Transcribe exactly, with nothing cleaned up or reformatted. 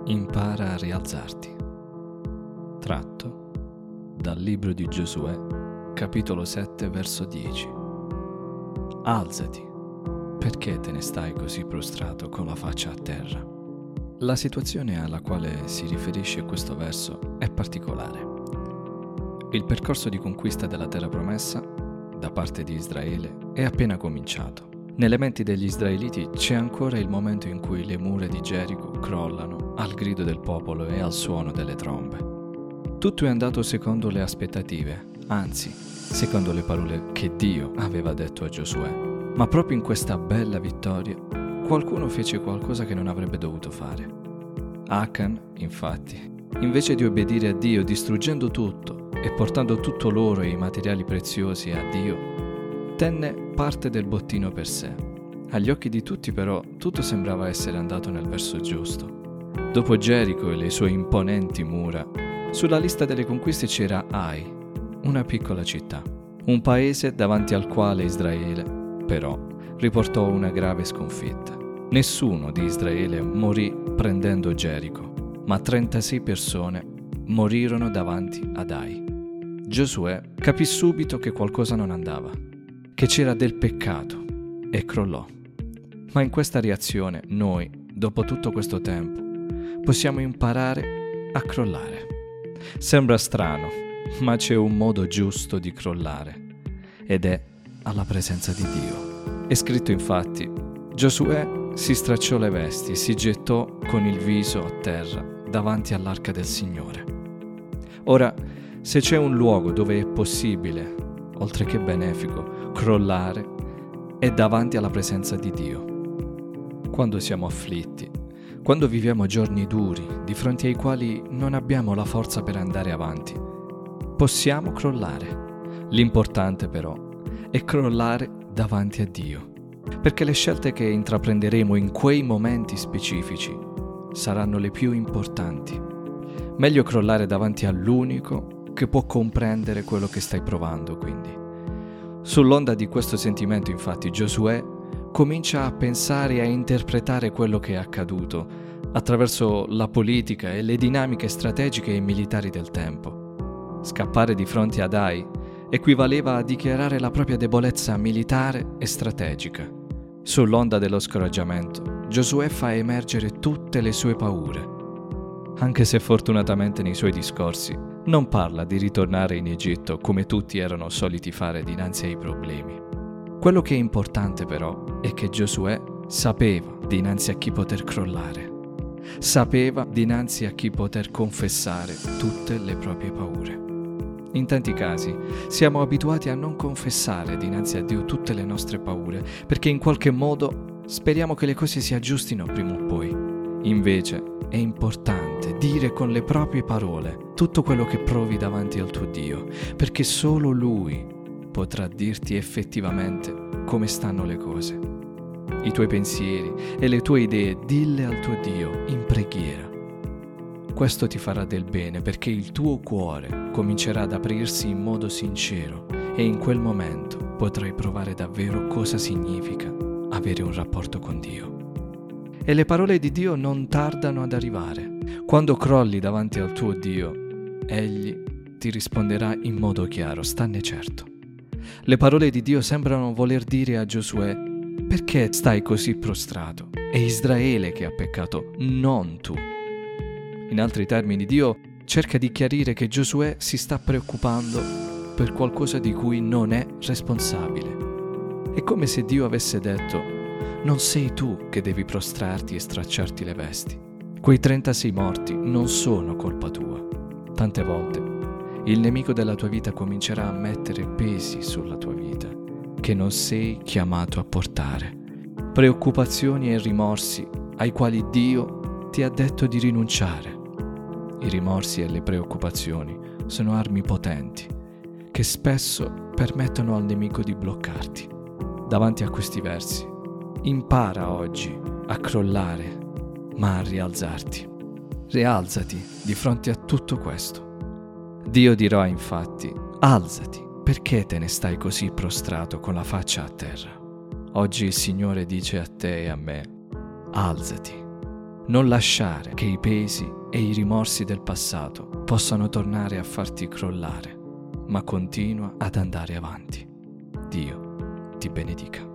Impara a rialzarti. Tratto dal libro di Giosuè, capitolo sette, verso dieci. Alzati, perché te ne stai così prostrato con la faccia a terra? La situazione alla quale si riferisce questo verso è particolare. Il percorso di conquista della terra promessa da parte di Israele è appena cominciato. Nelle menti degli israeliti c'è ancora il momento in cui le mura di Gerico crollano al grido del popolo e al suono delle trombe. Tutto è andato secondo le aspettative, anzi, secondo le parole che Dio aveva detto a Giosuè. Ma proprio in questa bella vittoria, qualcuno fece qualcosa che non avrebbe dovuto fare. Achan, infatti, invece di obbedire a Dio distruggendo tutto e portando tutto l'oro e i materiali preziosi a Dio, tenne parte del bottino per sé. Agli occhi di tutti però tutto sembrava essere andato nel verso giusto. Dopo Gerico e le sue imponenti mura, sulla lista delle conquiste c'era Ai, una piccola città, un paese davanti al quale Israele, però, riportò una grave sconfitta. Nessuno di Israele morì prendendo Gerico, ma trentasei persone morirono davanti ad Ai. Giosuè capì subito che qualcosa non andava, che c'era del peccato, e crollò. Ma in questa reazione noi, dopo tutto questo tempo, possiamo imparare a crollare. Sembra strano, ma c'è un modo giusto di crollare, ed è alla presenza di Dio. È scritto infatti: Giosuè si stracciò le vesti e si gettò con il viso a terra davanti all'arca del Signore. Ora, se c'è un luogo dove è possibile, oltre che benefico, crollare, è davanti alla presenza di Dio. Quando siamo afflitti, quando viviamo giorni duri, di fronte ai quali non abbiamo la forza per andare avanti, possiamo crollare. L'importante però è crollare davanti a Dio, perché le scelte che intraprenderemo in quei momenti specifici saranno le più importanti. Meglio crollare davanti all'unico che può comprendere quello che stai provando, quindi. Sull'onda di questo sentimento, infatti, Giosuè comincia a pensare e a interpretare quello che è accaduto attraverso la politica e le dinamiche strategiche e militari del tempo. Scappare di fronte ad Ai equivaleva a dichiarare la propria debolezza militare e strategica. Sull'onda dello scoraggiamento, Giosuè fa emergere tutte le sue paure. Anche se fortunatamente nei suoi discorsi non parla di ritornare in Egitto come tutti erano soliti fare dinanzi ai problemi. Quello che è importante però è che Giosuè sapeva dinanzi a chi poter crollare, sapeva dinanzi a chi poter confessare tutte le proprie paure. In tanti casi siamo abituati a non confessare dinanzi a Dio tutte le nostre paure perché in qualche modo speriamo che le cose si aggiustino prima o poi. Invece è importante dire con le proprie parole tutto quello che provi davanti al tuo Dio, perché solo Lui potrà dirti effettivamente come stanno le cose. I tuoi pensieri e le tue idee dille al tuo Dio in preghiera. Questo ti farà del bene perché il tuo cuore comincerà ad aprirsi in modo sincero e in quel momento potrai provare davvero cosa significa avere un rapporto con Dio. E le parole di Dio non tardano ad arrivare. Quando crolli davanti al tuo Dio, Egli ti risponderà in modo chiaro, stanne certo. Le parole di Dio sembrano voler dire a Giosuè: perché stai così prostrato? È Israele che ha peccato, non tu. In altri termini, Dio cerca di chiarire che Giosuè si sta preoccupando per qualcosa di cui non è responsabile. È come se Dio avesse detto: non sei tu che devi prostrarti e stracciarti le vesti. Quei trentasei morti non sono colpa tua. Tante volte il nemico della tua vita comincerà a mettere pesi sulla tua vita che non sei chiamato a portare. Preoccupazioni e rimorsi ai quali Dio ti ha detto di rinunciare. I rimorsi e le preoccupazioni sono armi potenti che spesso permettono al nemico di bloccarti. Davanti a questi versi, impara oggi a crollare, ma a rialzarti. Rialzati di fronte a tutto questo. Dio dirà infatti: alzati, perché te ne stai così prostrato con la faccia a terra? Oggi il Signore dice a te e a me: alzati, Non lasciare che i pesi e i rimorsi del passato possano tornare a farti crollare, ma continua ad andare avanti. Dio ti benedica.